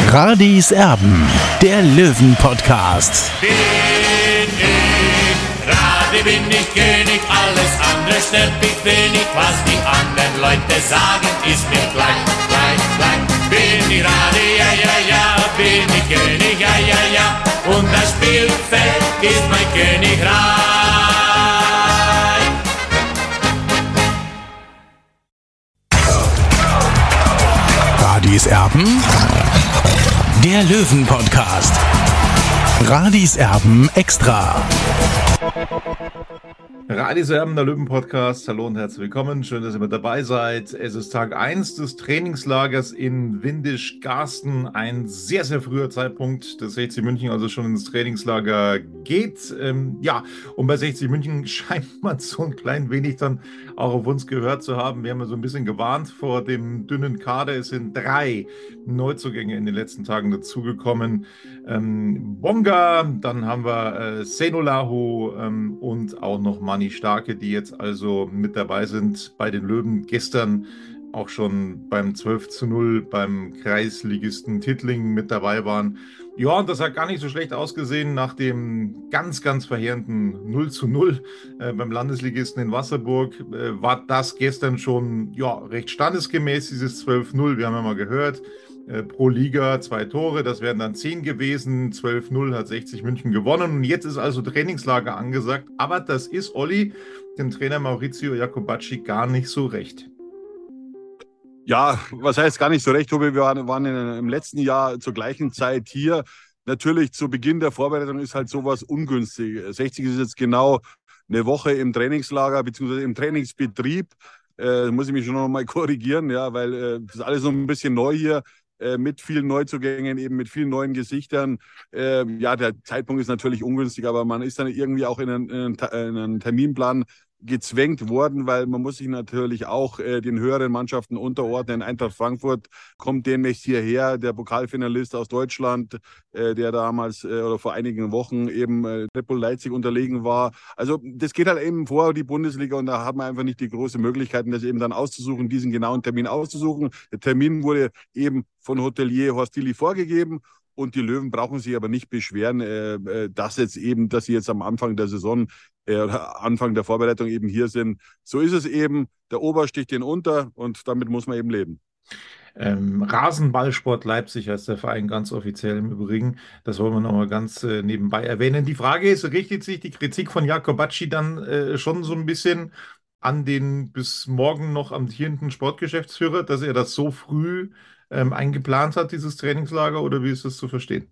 Radis Erben, der Löwen-Podcast. Bin ich König, alles andere stört mich wenig. Was die anderen Leute sagen, ist mir gleich. Bin ich Radi, ja, bin ich König, ja. Und das Spielfeld ist mein Königreich. Radis Erben, der Löwen-Podcast. Radis Erben extra. Radis Erben, der Löwen-Podcast. Hallo und herzlich willkommen. Schön, dass ihr mit dabei seid. Es ist Tag 1 des Trainingslagers in Windisch-Garsten. Ein sehr, sehr früher Zeitpunkt, dass 60 München also schon ins Trainingslager geht. Und bei 60 München scheint man so ein klein wenig dann auch auf uns gehört zu haben. Wir haben ja so ein bisschen gewarnt vor dem dünnen Kader. Es sind 3 Neuzugänge in den letzten Tagen dazugekommen. Bonga, dann haben wir Senolahu und auch noch Manni Starke, die jetzt also mit dabei sind bei den Löwen. Gestern auch schon beim 12:0 beim Kreisligisten Tittling mit dabei waren. Ja, und das hat gar nicht so schlecht ausgesehen nach dem ganz, ganz verheerenden 0:0 beim Landesligisten in Wasserburg. War das gestern schon recht standesgemäß, dieses 12:0. Wir haben ja mal gehört, pro Liga 2 Tore, das wären dann 10 gewesen. 12:0 hat 60 München gewonnen. Und jetzt ist also Trainingslager angesagt. Aber das ist Olli, dem Trainer Maurizio Jacobacci, gar nicht so recht. Ja, was heißt gar nicht so recht, Tobi? Wir waren im letzten Jahr zur gleichen Zeit hier. Natürlich zu Beginn der Vorbereitung ist halt sowas ungünstig. 60 ist jetzt genau eine Woche im Trainingslager bzw. im Trainingsbetrieb. Muss ich mich schon noch mal korrigieren, ja, weil das ist alles so ein bisschen neu hier. Mit vielen Neuzugängen, eben mit vielen neuen Gesichtern. Der Zeitpunkt ist natürlich ungünstig, aber man ist dann irgendwie auch in einen Terminplan gezwängt worden, weil man muss sich natürlich auch den höheren Mannschaften unterordnen. Eintracht Frankfurt kommt demnächst hierher, der Pokalfinalist aus Deutschland, der damals oder vor einigen Wochen eben Red Bull Leipzig unterlegen war. Also das geht halt eben vor die Bundesliga und da hat man einfach nicht die großen Möglichkeiten, das eben dann auszusuchen, diesen genauen Termin auszusuchen. Der Termin wurde eben von Hotelier Horst Dili vorgegeben. Und die Löwen brauchen sich aber nicht beschweren, dass sie jetzt am Anfang der Saison oder Anfang der Vorbereitung eben hier sind. So ist es eben. Der Ober sticht den unter und damit muss man eben leben. Rasenballsport Leipzig heißt der Verein ganz offiziell im Übrigen. Das wollen wir nochmal ganz nebenbei erwähnen. Die Frage ist, richtet sich die Kritik von Jacobacci dann schon so ein bisschen an den bis morgen noch amtierenden Sportgeschäftsführer, dass er das so früh eingeplant hat, dieses Trainingslager, oder wie ist das zu verstehen?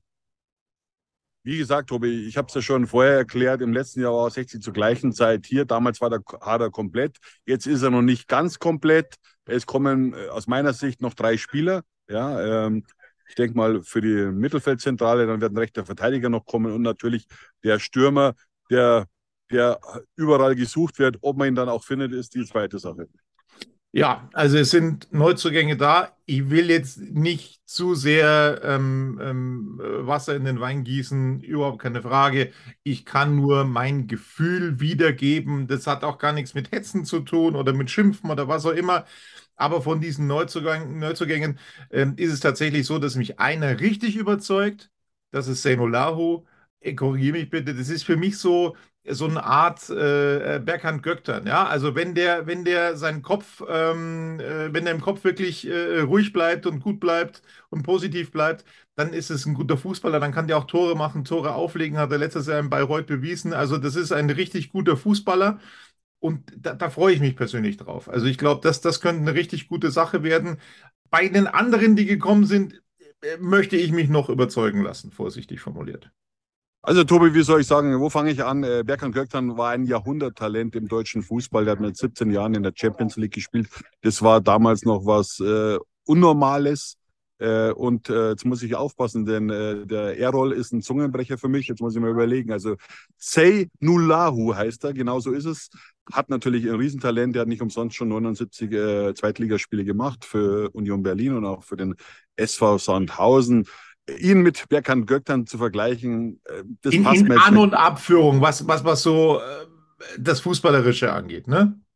Wie gesagt, Tobi, ich habe es ja schon vorher erklärt, im letzten Jahr war 60 zur gleichen Zeit hier. Damals war der Kader komplett. Jetzt ist er noch nicht ganz komplett. Es kommen aus meiner Sicht noch 3 Spieler. Ja, ich denke mal für die Mittelfeldzentrale, dann wird ein rechter Verteidiger noch kommen und natürlich der Stürmer, der überall gesucht wird. Ob man ihn dann auch findet, ist die zweite Sache. Ja, also es sind Neuzugänge da. Ich will jetzt nicht zu sehr Wasser in den Wein gießen, überhaupt keine Frage. Ich kann nur mein Gefühl wiedergeben. Das hat auch gar nichts mit Hetzen zu tun oder mit Schimpfen oder was auch immer. Aber von diesen Neuzugängen ist es tatsächlich so, dass mich einer richtig überzeugt. Das ist Senolahu. Korrigiere mich bitte. Das ist für mich so eine Art Berghand Göktan, ja, also wenn der seinen Kopf, wenn der im Kopf wirklich ruhig bleibt und gut bleibt und positiv bleibt, dann ist es ein guter Fußballer, dann kann der auch Tore machen, Tore auflegen, hat er letztes Jahr in Bayreuth bewiesen, also das ist ein richtig guter Fußballer und da freue ich mich persönlich drauf, also ich glaube, das könnte eine richtig gute Sache werden. Bei den anderen, die gekommen sind, möchte ich mich noch überzeugen lassen, vorsichtig formuliert. Also Tobi, wie soll ich sagen, wo fange ich an? Berghand Göktan war ein Jahrhunderttalent im deutschen Fußball. Der hat mit 17 Jahren in der Champions League gespielt. Das war damals noch was Unnormales. Jetzt muss ich aufpassen, denn der Errol ist ein Zungenbrecher für mich. Jetzt muss ich mal überlegen. Also Senolahu heißt er, genau so ist es. Hat natürlich ein Riesentalent. Der hat nicht umsonst schon 79 Zweitligaspiele gemacht für Union Berlin und auch für den SV Sandhausen. Ihn mit Berghand Göktan zu vergleichen, das passt mir in An- und Abführung, was so das Fußballerische angeht, ne?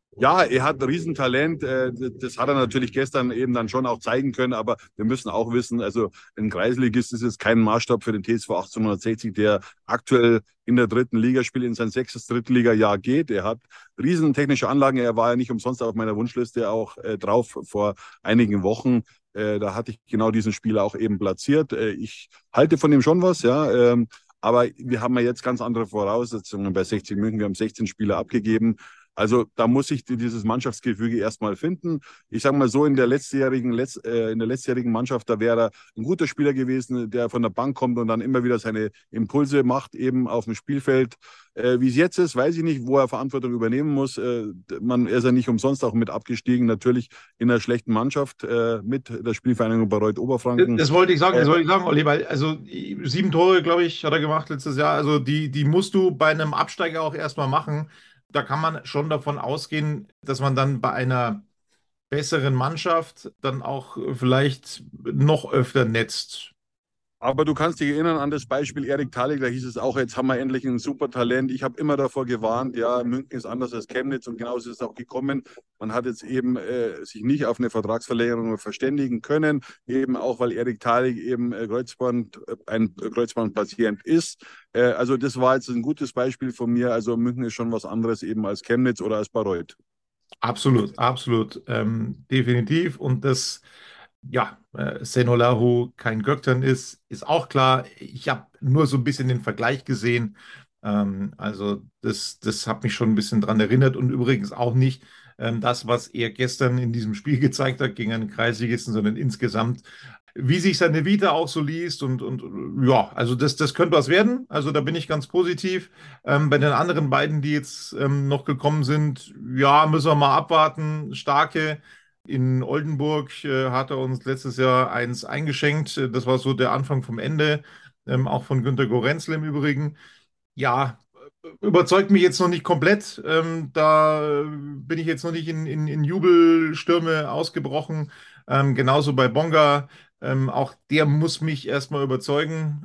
Ja, er hat ein Riesentalent. Das hat er natürlich gestern eben dann schon auch zeigen können. Aber wir müssen auch wissen, also ein Kreisligist ist jetzt kein Maßstab für den TSV 1860, der aktuell in der dritten Liga spielt, in sein 6. Drittliga-Jahr geht. Er hat riesentechnische Anlagen. Er war ja nicht umsonst auf meiner Wunschliste auch drauf vor einigen Wochen. Da hatte ich genau diesen Spieler auch eben platziert. Ich halte von ihm schon was, ja. Aber wir haben ja jetzt ganz andere Voraussetzungen bei 60 München. Wir haben 16 Spieler abgegeben. Also da muss ich dieses Mannschaftsgefüge erstmal finden. Ich sage mal so, in der letztjährigen Mannschaft, da wäre er ein guter Spieler gewesen, der von der Bank kommt und dann immer wieder seine Impulse macht, eben auf dem Spielfeld. Wie es jetzt ist, weiß ich nicht, wo er Verantwortung übernehmen muss. Er ist ja nicht umsonst auch mit abgestiegen, natürlich in einer schlechten Mannschaft mit der Spielvereinigung Bayreuth Oberfranken. Das wollte ich sagen, Olli, weil also 7 Tore, glaube ich, hat er gemacht letztes Jahr. Also die musst du bei einem Absteiger auch erstmal machen. Da kann man schon davon ausgehen, dass man dann bei einer besseren Mannschaft dann auch vielleicht noch öfter netzt. Aber du kannst dich erinnern an das Beispiel Erik Thalig, da hieß es auch, jetzt haben wir endlich ein super Talent. Ich habe immer davor gewarnt, ja, München ist anders als Chemnitz und genauso ist es auch gekommen. Man hat jetzt eben sich nicht auf eine Vertragsverlängerung verständigen können, eben auch, weil Erik Thalig eben ein Kreuzbandpatient ist. Also das war jetzt ein gutes Beispiel von mir. Also München ist schon was anderes eben als Chemnitz oder als Bayreuth. Absolut, absolut, definitiv. Und das, ja, Senolahu kein Gökhan ist auch klar. Ich habe nur so ein bisschen den Vergleich gesehen. Also das hat mich schon ein bisschen dran erinnert und übrigens auch nicht das, was er gestern in diesem Spiel gezeigt hat gegen einen Kreisligisten, sondern insgesamt, wie sich seine Vita auch so liest und ja, also das könnte was werden. Also da bin ich ganz positiv. Bei den anderen beiden, die jetzt noch gekommen sind, ja, müssen wir mal abwarten. Starke. In Oldenburg hat er uns letztes Jahr eins eingeschenkt. Das war so der Anfang vom Ende, auch von Günter Gorenzel im Übrigen. Ja, überzeugt mich jetzt noch nicht komplett. Da bin ich jetzt noch nicht in Jubelstürme ausgebrochen. Genauso bei Bonga. Auch der muss mich erstmal überzeugen.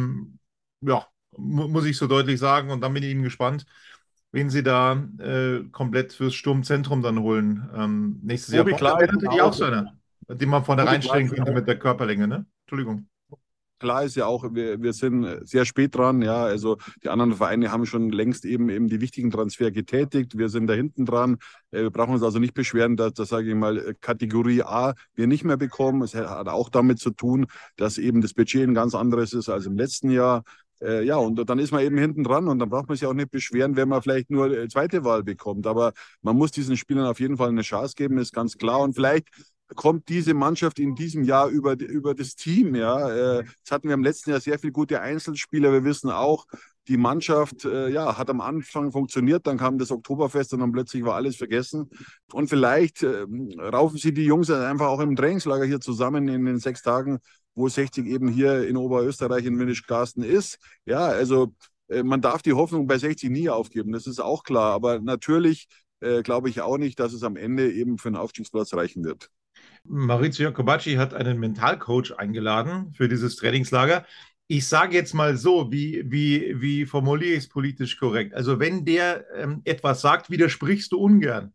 Ja, muss ich so deutlich sagen. Und dann bin ich eben gespannt, wen sie da komplett fürs Sturmzentrum dann holen. Nächstes Jahr. Tobi Bonga Klar wäre ist natürlich auch, auch so einer, den man vorne Tobi Klar reinstellen ist könnte auch mit der Körperlänge, ne? Entschuldigung. Klar ist ja auch, wir sind sehr spät dran, ja. Also die anderen Vereine haben schon längst eben die wichtigen Transfer getätigt. Wir sind da hinten dran. Wir brauchen uns also nicht beschweren, dass sage ich mal, Kategorie A wir nicht mehr bekommen. Es hat auch damit zu tun, dass eben das Budget ein ganz anderes ist als im letzten Jahr. Ja, und dann ist man eben hinten dran und dann braucht man sich auch nicht beschweren, wenn man vielleicht nur zweite Wahl bekommt. Aber man muss diesen Spielern auf jeden Fall eine Chance geben, ist ganz klar. Und vielleicht kommt diese Mannschaft in diesem Jahr über das Team. Ja, jetzt hatten wir im letzten Jahr sehr viele gute Einzelspieler. Wir wissen auch, die Mannschaft ja, hat am Anfang funktioniert, dann kam das Oktoberfest und dann plötzlich war alles vergessen. Und vielleicht raufen sie die Jungs einfach auch im Trainingslager hier zusammen in den 6 Tagen, wo 60 eben hier in Oberösterreich in Windischgarsten ist. Ja, also man darf die Hoffnung bei 60 nie aufgeben, das ist auch klar. Aber natürlich glaube ich auch nicht, dass es am Ende eben für einen Aufstiegsplatz reichen wird. Maurizio Jacobacci hat einen Mentalcoach eingeladen für dieses Trainingslager. Ich sage jetzt mal so, wie formuliere ich es politisch korrekt? Also wenn der etwas sagt, widersprichst du ungern.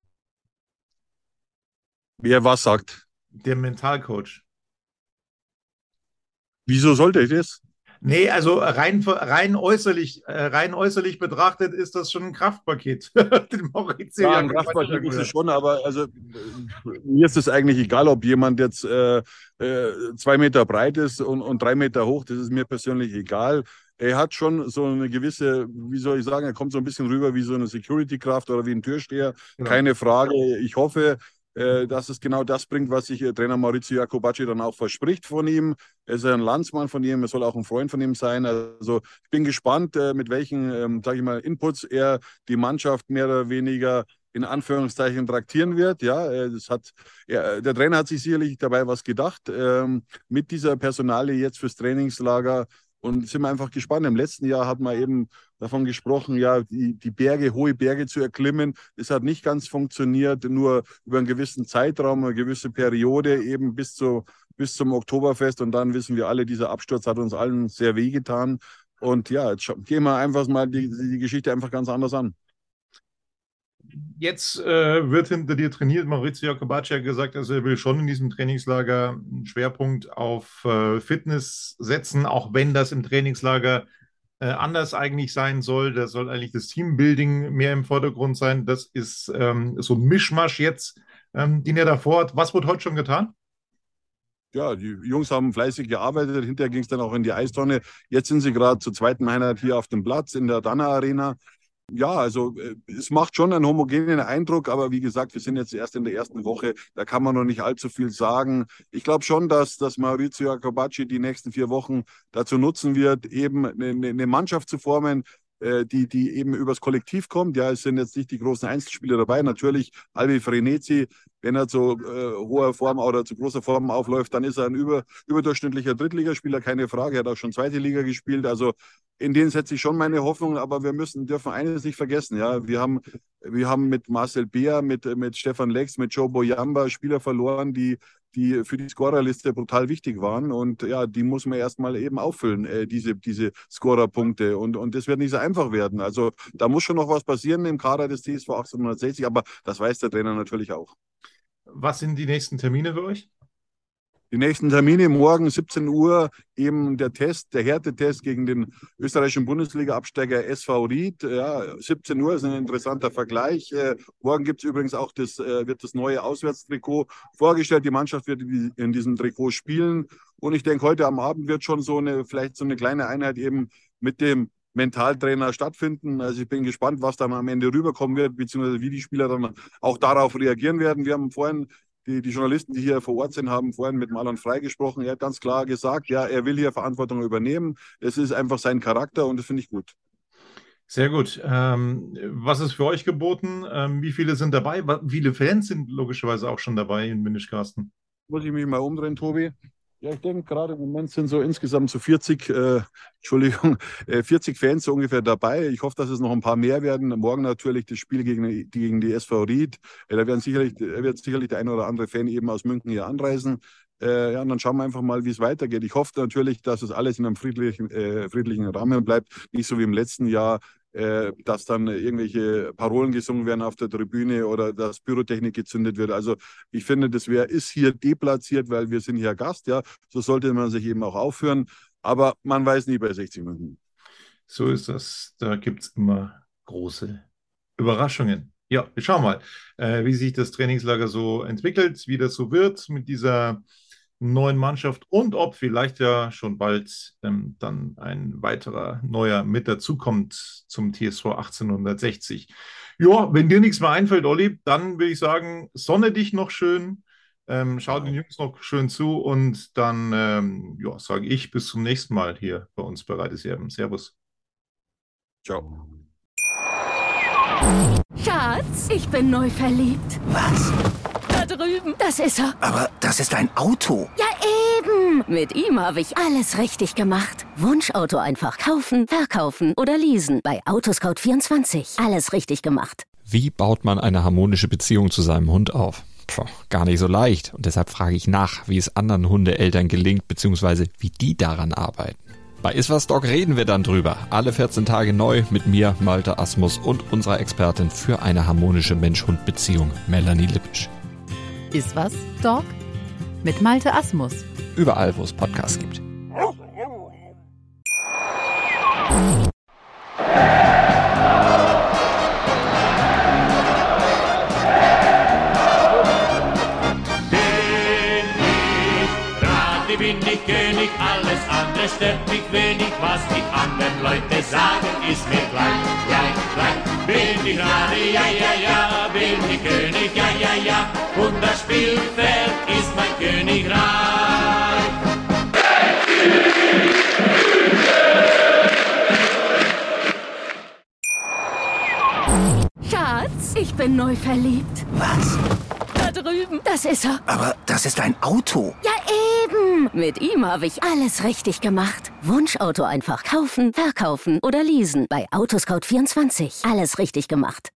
Wer was sagt? Der Mentalcoach. Wieso sollte ich das? Nee, also rein äußerlich betrachtet ist das schon ein Kraftpaket. Den Maurizio Ja, ein Jacobacci Kraftpaket ist es angehört. schon, aber also mir ist es eigentlich egal, ob jemand jetzt 2 Meter breit ist und 3 Meter hoch, das ist mir persönlich egal. Er hat schon so eine gewisse, wie soll ich sagen, er kommt so ein bisschen rüber wie so eine Security-Kraft oder wie ein Türsteher, Genau. keine Frage. Ich hoffe, dass es genau das bringt, was sich Trainer Maurizio Jacobacci dann auch verspricht von ihm. Er ist ein Landsmann von ihm, er soll auch ein Freund von ihm sein. Also ich bin gespannt, mit welchen, sage ich mal, Inputs er die Mannschaft mehr oder weniger in Anführungszeichen traktieren wird. Ja, der Trainer hat sich sicherlich dabei was gedacht mit dieser Personalie jetzt fürs Trainingslager. Und sind wir einfach gespannt. Im letzten Jahr hat man eben davon gesprochen, ja, die Berge, hohe Berge zu erklimmen. Das hat nicht ganz funktioniert, nur über einen gewissen Zeitraum, eine gewisse Periode, eben bis zum Oktoberfest. Und dann wissen wir alle, dieser Absturz hat uns allen sehr wehgetan. Und ja, jetzt gehen wir einfach mal die Geschichte einfach ganz anders an. Jetzt wird hinter dir trainiert. Maurizio Jacobacci hat gesagt, also er will schon in diesem Trainingslager einen Schwerpunkt auf Fitness setzen, auch wenn das im Trainingslager anders eigentlich sein soll. Da soll eigentlich das Teambuilding mehr im Vordergrund sein. Das ist so ein Mischmasch jetzt, den er davor hat. Was wird heute schon getan? Ja, die Jungs haben fleißig gearbeitet. Hinterher ging es dann auch in die Eistonne. Jetzt sind sie gerade zur zweiten Einheit hier auf dem Platz in der Dana Arena. Ja, also es macht schon einen homogenen Eindruck, aber wie gesagt, wir sind jetzt erst in der ersten Woche, da kann man noch nicht allzu viel sagen. Ich glaube schon, dass Maurizio Jacobacci die nächsten 4 Wochen dazu nutzen wird, eben eine Mannschaft zu formen, die eben übers Kollektiv kommt. Ja, es sind jetzt nicht die großen Einzelspieler dabei. Natürlich Albi Frenetzi, wenn er zu hoher Form oder zu großer Form aufläuft, dann ist er ein überdurchschnittlicher Drittligaspieler, keine Frage. Er hat auch schon zweite Liga gespielt. Also in den setze ich schon meine Hoffnung, aber wir dürfen eines nicht vergessen. Ja, wir haben mit Marcel Beer, mit Stefan Lex, mit Joe Boyamba Spieler verloren, die für die Scorerliste brutal wichtig waren. Und ja, die muss man erstmal eben auffüllen, diese Scorerpunkte. Und das wird nicht so einfach werden. Also da muss schon noch was passieren im Kader des TSV 1860, aber das weiß der Trainer natürlich auch. Was sind die nächsten Termine für euch? Die nächsten Termine morgen 17 Uhr eben der Härtetest gegen den österreichischen Bundesliga-Absteiger SV Ried. Ja, 17 Uhr ist ein interessanter Vergleich. Morgen gibt es übrigens auch wird das neue Auswärtstrikot vorgestellt. Die Mannschaft wird in diesem Trikot spielen. Und ich denke, heute am Abend wird schon vielleicht so eine kleine Einheit eben mit dem Mentaltrainer stattfinden. Also ich bin gespannt, was dann am Ende rüberkommen wird, beziehungsweise wie die Spieler dann auch darauf reagieren werden. Wir haben vorhin die Journalisten, die hier vor Ort sind, haben vorhin mit Marlon Frey gesprochen. Er hat ganz klar gesagt, ja, er will hier Verantwortung übernehmen. Es ist einfach sein Charakter und das finde ich gut. Sehr gut. Was ist für euch geboten? Wie viele sind dabei? Wie viele Fans sind logischerweise auch schon dabei in Windisch-Garsten? Muss ich mich mal umdrehen, Tobi? Ja, ich denke, gerade im Moment sind so insgesamt so 40 Fans so ungefähr dabei. Ich hoffe, dass es noch ein paar mehr werden. Morgen natürlich das Spiel gegen die SV Ried. Da wird sicherlich der eine oder andere Fan eben aus München hier anreisen. Ja, und dann schauen wir einfach mal, wie es weitergeht. Ich hoffe natürlich, dass es alles in einem friedlichen Rahmen bleibt. Nicht so wie im letzten Jahr, dass dann irgendwelche Parolen gesungen werden auf der Tribüne oder dass Pyrotechnik gezündet wird. Also ich finde, ist hier deplatziert, weil wir sind hier Gast. Ja, so sollte man sich eben auch aufführen. Aber man weiß nie bei 60 München. So ist das. Da gibt es immer große Überraschungen. Ja, wir schauen mal, wie sich das Trainingslager so entwickelt, wie das so wird mit dieser neuen Mannschaft und ob vielleicht ja schon bald dann ein weiterer neuer mit dazukommt zum TSV 1860. Ja, wenn dir nichts mehr einfällt, Olli, dann würde ich sagen, sonne dich noch schön, schau den Jungs noch schön zu und dann sage ich bis zum nächsten Mal hier bei uns bei Radies Erben. Servus. Ciao. Schatz, ich bin neu verliebt. Was? Da drüben. Das ist er. Aber das ist ein Auto. Ja, eben. Mit ihm habe ich alles richtig gemacht. Wunschauto einfach kaufen, verkaufen oder leasen. Bei Autoscout24. Alles richtig gemacht. Wie baut man eine harmonische Beziehung zu seinem Hund auf? Gar nicht so leicht. Und deshalb frage ich nach, wie es anderen Hundeeltern gelingt, beziehungsweise wie die daran arbeiten. Bei Iswas Dog reden wir dann drüber. Alle 14 Tage neu mit mir, Malte Asmus und unserer Expertin für eine harmonische Mensch-Hund-Beziehung, Melanie Lippisch. Iswas Dog mit Malte Asmus. Überall, wo es Podcasts gibt. Bin ich König, alles andere stört mich wenig, was die anderen Leute sagen, ist mir gleich. Bin ich Rade, ja, bin ich König, ja, und das Spielfeld ist mein Königreich. Schatz, ich bin neu verliebt. Was? Da drüben. Das ist er. Aber das ist ein Auto. Ja, eben. Mit ihm habe ich alles richtig gemacht. Wunschauto einfach kaufen, verkaufen oder leasen. Bei Autoscout24. Alles richtig gemacht.